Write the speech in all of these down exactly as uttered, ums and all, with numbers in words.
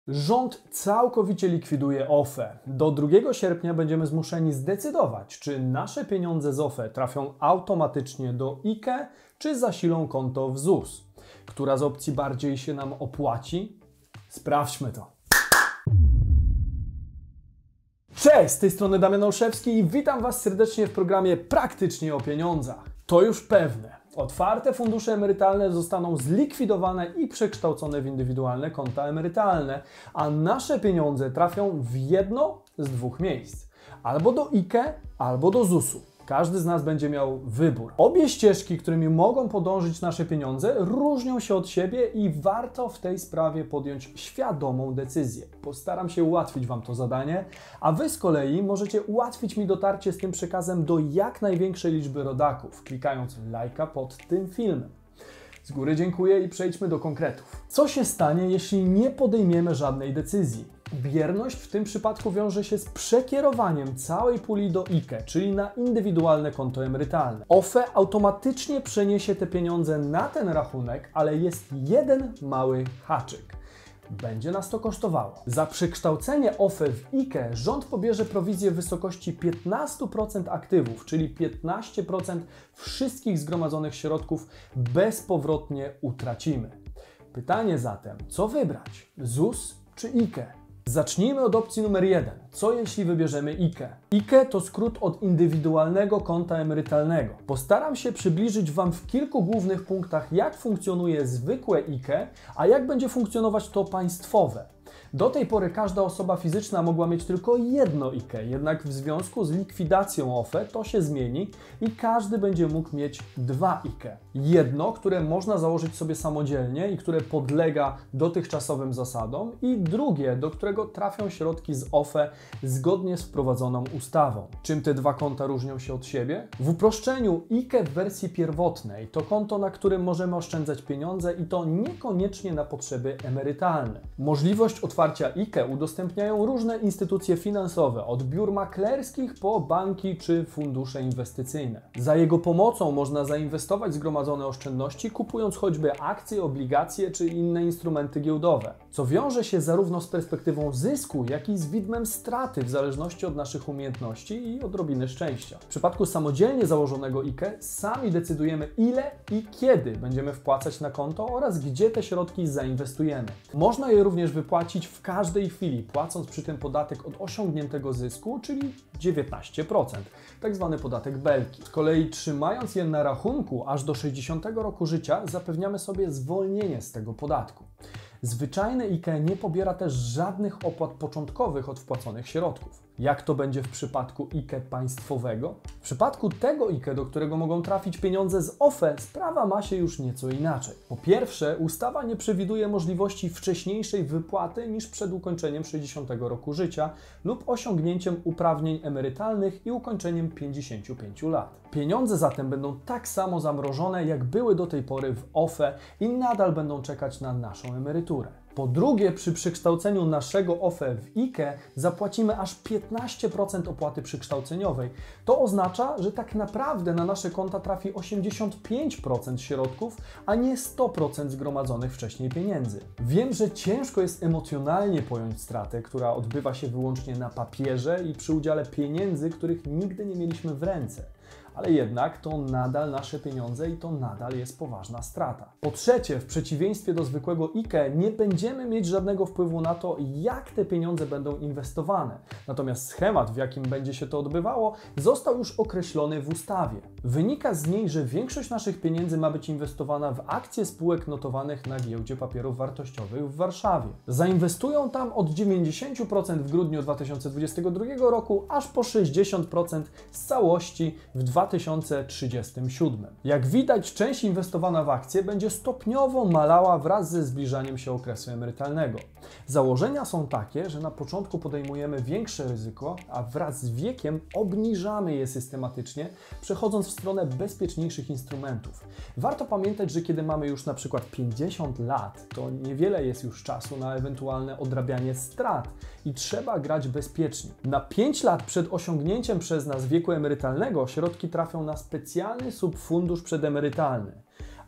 Rząd całkowicie likwiduje O F E. Do drugiego sierpnia będziemy zmuszeni zdecydować, czy nasze pieniądze z O F E trafią automatycznie do I K E, czy zasilą konto w Z U S. Która z opcji bardziej się nam opłaci? Sprawdźmy to. Cześć, z tej strony Damian Olszewski i witam Was serdecznie w programie Praktycznie o pieniądzach. To już pewne. Otwarte fundusze emerytalne zostaną zlikwidowane i przekształcone w indywidualne konta emerytalne, a nasze pieniądze trafią w jedno z dwóch miejsc. Albo do I K E, albo do Z U S u. Każdy z nas będzie miał wybór. Obie ścieżki, którymi mogą podążyć nasze pieniądze, różnią się od siebie i warto w tej sprawie podjąć świadomą decyzję. Postaram się ułatwić Wam to zadanie, a Wy z kolei możecie ułatwić mi dotarcie z tym przekazem do jak największej liczby rodaków, klikając lajka pod tym filmem. Z góry dziękuję i przejdźmy do konkretów. Co się stanie, jeśli nie podejmiemy żadnej decyzji? Bierność w tym przypadku wiąże się z przekierowaniem całej puli do I K E, czyli na indywidualne konto emerytalne. O F E automatycznie przeniesie te pieniądze na ten rachunek, ale jest jeden mały haczyk. Będzie nas to kosztowało. Za przekształcenie O F E w I K E rząd pobierze prowizję w wysokości piętnaście procent aktywów, czyli piętnaście procent wszystkich zgromadzonych środków bezpowrotnie utracimy. Pytanie zatem, co wybrać? Z U S czy I K E? Zacznijmy od opcji numer jeden. Co jeśli wybierzemy I K E? I K E to skrót od indywidualnego konta emerytalnego. Postaram się przybliżyć Wam w kilku głównych punktach, jak funkcjonuje zwykłe I K E, a jak będzie funkcjonować to państwowe. Do tej pory każda osoba fizyczna mogła mieć tylko jedno I K E, jednak w związku z likwidacją O F E to się zmieni i każdy będzie mógł mieć dwa I K E. Jedno, które można założyć sobie samodzielnie i które podlega dotychczasowym zasadom, i drugie, do którego trafią środki z O F E zgodnie z wprowadzoną ustawą. Czym te dwa konta różnią się od siebie? W uproszczeniu I K E w wersji pierwotnej to konto, na którym możemy oszczędzać pieniądze i to niekoniecznie na potrzeby emerytalne. Możliwość otwarcia I K E udostępniają różne instytucje finansowe, od biur maklerskich po banki czy fundusze inwestycyjne. Za jego pomocą można zainwestować zgromadzone oszczędności, kupując choćby akcje, obligacje czy inne instrumenty giełdowe, co wiąże się zarówno z perspektywą zysku, jak i z widmem straty w zależności od naszych umiejętności i odrobiny szczęścia. W przypadku samodzielnie założonego I K E sami decydujemy, ile i kiedy będziemy wpłacać na konto oraz gdzie te środki zainwestujemy. Można je również wypłacić w każdej chwili, płacąc przy tym podatek od osiągniętego zysku, czyli dziewiętnaście procent, tak zwany podatek Belki. Z kolei trzymając je na rachunku aż do sześćdziesiątego roku życia zapewniamy sobie zwolnienie z tego podatku. Zwyczajne I K E nie pobiera też żadnych opłat początkowych od wpłaconych środków. Jak to będzie w przypadku I K E państwowego? W przypadku tego I K E, do którego mogą trafić pieniądze z O F E, sprawa ma się już nieco inaczej. Po pierwsze, ustawa nie przewiduje możliwości wcześniejszej wypłaty niż przed ukończeniem sześćdziesiątego roku życia lub osiągnięciem uprawnień emerytalnych i ukończeniem pięćdziesięciu pięciu lat. Pieniądze zatem będą tak samo zamrożone, jak były do tej pory w O F E i nadal będą czekać na naszą emeryturę. Po drugie, przy przekształceniu naszego O F E w I K E zapłacimy aż piętnaście procent opłaty przekształceniowej. To oznacza, że tak naprawdę na nasze konta trafi osiemdziesiąt pięć procent środków, a nie sto procent zgromadzonych wcześniej pieniędzy. Wiem, że ciężko jest emocjonalnie pojąć stratę, która odbywa się wyłącznie na papierze i przy udziale pieniędzy, których nigdy nie mieliśmy w ręce. Ale jednak to nadal nasze pieniądze i to nadal jest poważna strata. Po trzecie, w przeciwieństwie do zwykłego I K E nie będziemy mieć żadnego wpływu na to, jak te pieniądze będą inwestowane. Natomiast schemat, w jakim będzie się to odbywało, został już określony w ustawie. Wynika z niej, że większość naszych pieniędzy ma być inwestowana w akcje spółek notowanych na giełdzie papierów wartościowych w Warszawie. Zainwestują tam od dziewięćdziesiąt procent w grudniu dwa tysiące dwudziestego drugiego roku, aż po sześćdziesiąt procent z całości w dwa tysiące trzydziestym siódmym. Jak widać, część inwestowana w akcje będzie stopniowo malała wraz ze zbliżaniem się okresu emerytalnego. Założenia są takie, że na początku podejmujemy większe ryzyko, a wraz z wiekiem obniżamy je systematycznie, przechodząc w stronę bezpieczniejszych instrumentów. Warto pamiętać, że kiedy mamy już na przykład pięćdziesiąt lat, to niewiele jest już czasu na ewentualne odrabianie strat i trzeba grać bezpiecznie. Na pięć lat przed osiągnięciem przez nas wieku emerytalnego środki trafią na specjalny subfundusz przedemerytalny.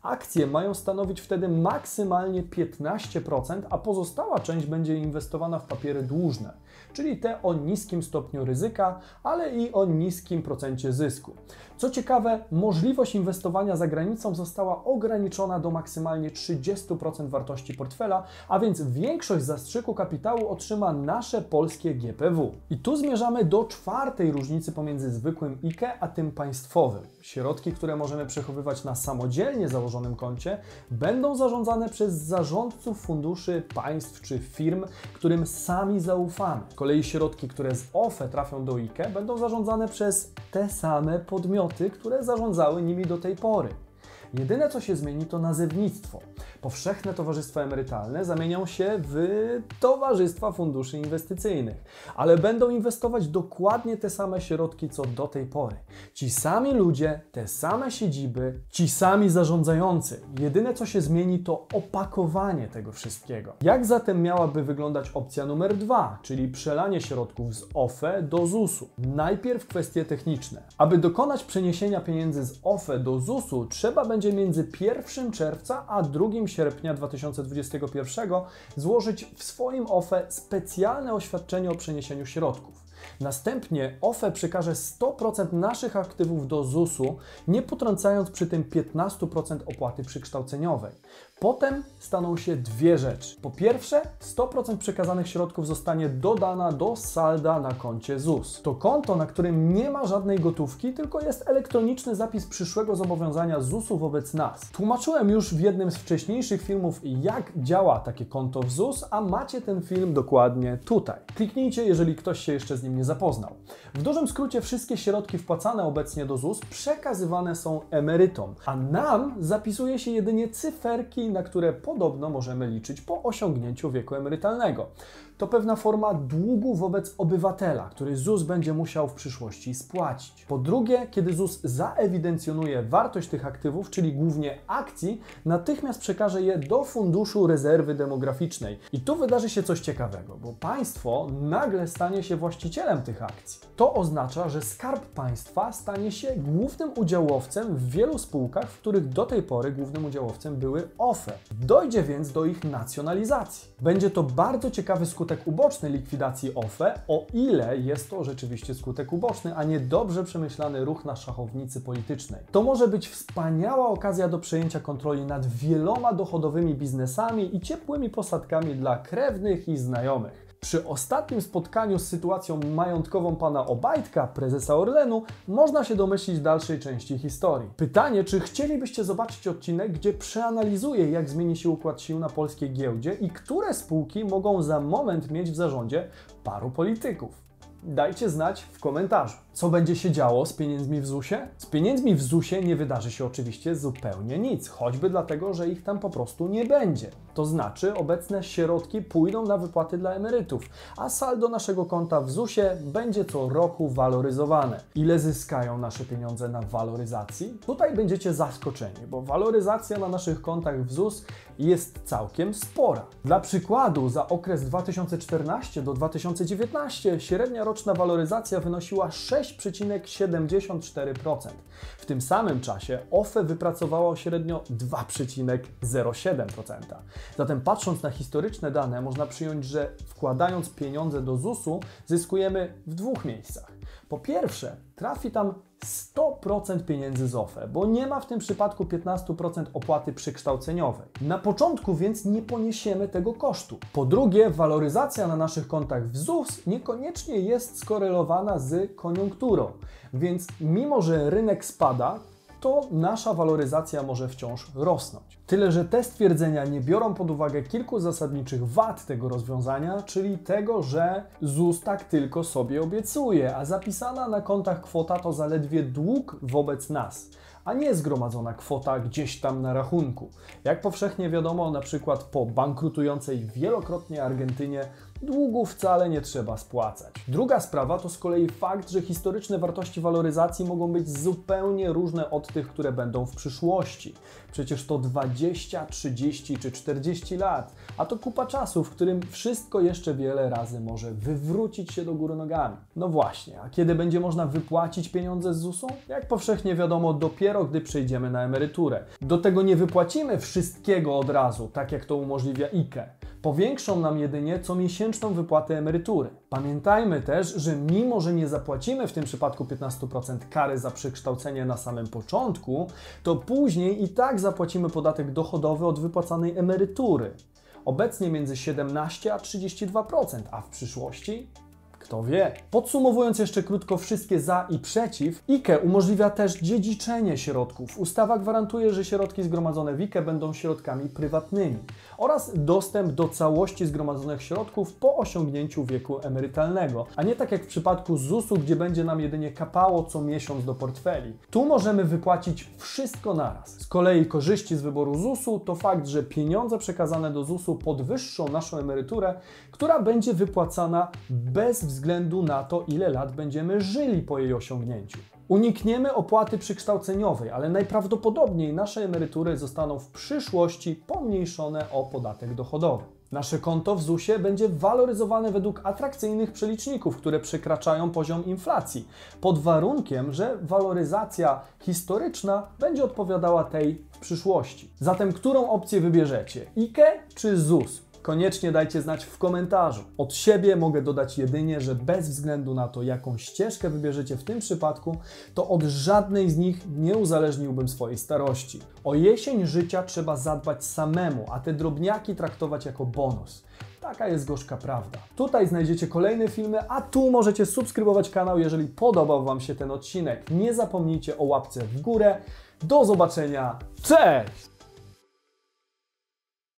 Akcje mają stanowić wtedy maksymalnie piętnaście procent, a pozostała część będzie inwestowana w papiery dłużne, czyli te o niskim stopniu ryzyka, ale i o niskim procencie zysku. Co ciekawe, możliwość inwestowania za granicą została ograniczona do maksymalnie trzydzieści procent wartości portfela, a więc większość zastrzyku kapitału otrzyma nasze polskie G P W. I tu zmierzamy do czwartej różnicy pomiędzy zwykłym I K E a tym państwowym. Środki, które możemy przechowywać na samodzielnie założonym koncie, będą zarządzane przez zarządców funduszy, państw czy firm, którym sami zaufamy. Z kolei środki, które z O F E trafią do I K E, będą zarządzane przez te same podmioty, które zarządzały nimi do tej pory. Jedyne, co się zmieni, to nazewnictwo. Powszechne towarzystwa emerytalne zamienią się w towarzystwa funduszy inwestycyjnych, ale będą inwestować dokładnie te same środki, co do tej pory. Ci sami ludzie, te same siedziby, ci sami zarządzający. Jedyne, co się zmieni, to opakowanie tego wszystkiego. Jak zatem miałaby wyglądać opcja numer dwa, czyli przelanie środków z O F E do Z U S u? Najpierw kwestie techniczne. Aby dokonać przeniesienia pieniędzy z O F E do Z U S u, trzeba będzie między pierwszym czerwca a drugim sierpnia dwa tysiące dwudziestego pierwszego złożyć w swoim O F E specjalne oświadczenie o przeniesieniu środków. Następnie O F E przekaże sto procent naszych aktywów do Z U S u, nie potrącając przy tym piętnaście procent opłaty przykształceniowej. Potem staną się dwie rzeczy. Po pierwsze, sto procent przekazanych środków zostanie dodana do salda na koncie Z U S. To konto, na którym nie ma żadnej gotówki, tylko jest elektroniczny zapis przyszłego zobowiązania Z U S u wobec nas. Tłumaczyłem już w jednym z wcześniejszych filmów, jak działa takie konto w Z U S, a macie ten film dokładnie tutaj. Kliknijcie, jeżeli ktoś się jeszcze z nim nie zapoznał. W dużym skrócie wszystkie środki wpłacane obecnie do Z U S przekazywane są emerytom, a nam zapisuje się jedynie cyferki, na które podobno możemy liczyć po osiągnięciu wieku emerytalnego. To pewna forma długu wobec obywatela, który Z U S będzie musiał w przyszłości spłacić. Po drugie, kiedy Z U S zaewidencjonuje wartość tych aktywów, czyli głównie akcji, natychmiast przekaże je do Funduszu Rezerwy Demograficznej. I tu wydarzy się coś ciekawego, bo państwo nagle stanie się właścicielem tych akcji. To oznacza, że Skarb Państwa stanie się głównym udziałowcem w wielu spółkach, w których do tej pory głównym udziałowcem były O F E. Dojdzie więc do ich nacjonalizacji. Będzie to bardzo ciekawy skutek uboczny likwidacji O F E, o ile jest to rzeczywiście skutek uboczny, a nie dobrze przemyślany ruch na szachownicy politycznej. To może być wspaniała okazja do przejęcia kontroli nad wieloma dochodowymi biznesami i ciepłymi posadkami dla krewnych i znajomych. Przy ostatnim spotkaniu z sytuacją majątkową pana Obajtka, prezesa Orlenu, można się domyślić dalszej części historii. Pytanie, czy chcielibyście zobaczyć odcinek, gdzie przeanalizuję, jak zmieni się układ sił na polskiej giełdzie i które spółki mogą za moment mieć w zarządzie paru polityków? Dajcie znać w komentarzu. Co będzie się działo z pieniędzmi w Z U S ie? Z pieniędzmi w Z U S ie nie wydarzy się oczywiście zupełnie nic, choćby dlatego, że ich tam po prostu nie będzie. To znaczy obecne środki pójdą na wypłaty dla emerytów, a saldo naszego konta w Z U S ie będzie co roku waloryzowane. Ile zyskają nasze pieniądze na waloryzacji? Tutaj będziecie zaskoczeni, bo waloryzacja na naszych kontach w Z U S jest całkiem spora. Dla przykładu, za okres dwa tysiące czternasty do dwa tysiące dziewiętnastego średnia roczna waloryzacja wynosiła sześć przecinek siedemdziesiąt cztery procent. W tym samym czasie O F E wypracowało średnio dwa przecinek zero siedem procent. Zatem patrząc na historyczne dane, można przyjąć, że wkładając pieniądze do Z U S u zyskujemy w dwóch miejscach. Po pierwsze, trafi tam sto procent pieniędzy z O F E, bo nie ma w tym przypadku piętnaście procent opłaty przykształceniowej. Na początku więc nie poniesiemy tego kosztu. Po drugie, waloryzacja na naszych kontach w Z U S niekoniecznie jest skorelowana z koniunkturą, więc mimo że rynek spada, to nasza waloryzacja może wciąż rosnąć. Tyle, że te stwierdzenia nie biorą pod uwagę kilku zasadniczych wad tego rozwiązania, czyli tego, że Z U S tak tylko sobie obiecuje, a zapisana na kontach kwota to zaledwie dług wobec nas, a nie zgromadzona kwota gdzieś tam na rachunku. Jak powszechnie wiadomo, na przykład po bankrutującej wielokrotnie Argentynie długu wcale nie trzeba spłacać. Druga sprawa to z kolei fakt, że historyczne wartości waloryzacji mogą być zupełnie różne od tych, które będą w przyszłości. Przecież to dwadzieścia, trzydzieści czy czterdzieści lat, a to kupa czasu, w którym wszystko jeszcze wiele razy może wywrócić się do góry nogami. No właśnie, a kiedy będzie można wypłacić pieniądze z Z U S u? Jak powszechnie wiadomo, dopiero dopiero gdy przejdziemy na emeryturę. Do tego nie wypłacimy wszystkiego od razu, tak jak to umożliwia I K E. Powiększą nam jedynie comiesięczną wypłatę emerytury. Pamiętajmy też, że mimo, że nie zapłacimy w tym przypadku piętnaście procent kary za przekształcenie na samym początku, to później i tak zapłacimy podatek dochodowy od wypłacanej emerytury. Obecnie między siedemnaście a trzydzieści dwa procent, a w przyszłości? Kto wie? Podsumowując jeszcze krótko wszystkie za i przeciw, I K E umożliwia też dziedziczenie środków. Ustawa gwarantuje, że środki zgromadzone w I K E będą środkami prywatnymi oraz dostęp do całości zgromadzonych środków po osiągnięciu wieku emerytalnego, a nie tak jak w przypadku Z U S u, gdzie będzie nam jedynie kapało co miesiąc do portfeli. Tu możemy wypłacić wszystko naraz. Z kolei korzyści z wyboru Z U S u to fakt, że pieniądze przekazane do Z U S u podwyższą naszą emeryturę, która będzie wypłacana bez względu na to, ile lat będziemy żyli po jej osiągnięciu. Unikniemy opłaty przykształceniowej, ale najprawdopodobniej nasze emerytury zostaną w przyszłości pomniejszone o podatek dochodowy. Nasze konto w Z U S ie będzie waloryzowane według atrakcyjnych przeliczników, które przekraczają poziom inflacji, pod warunkiem, że waloryzacja historyczna będzie odpowiadała tej w przyszłości. Zatem którą opcję wybierzecie? I K E czy Z U S? Koniecznie dajcie znać w komentarzu. Od siebie mogę dodać jedynie, że bez względu na to, jaką ścieżkę wybierzecie w tym przypadku, to od żadnej z nich nie uzależniłbym swojej starości. O jesień życia trzeba zadbać samemu, a te drobniaki traktować jako bonus. Taka jest gorzka prawda. Tutaj znajdziecie kolejne filmy, a tu możecie subskrybować kanał, jeżeli podobał Wam się ten odcinek. Nie zapomnijcie o łapce w górę. Do zobaczenia. Cześć!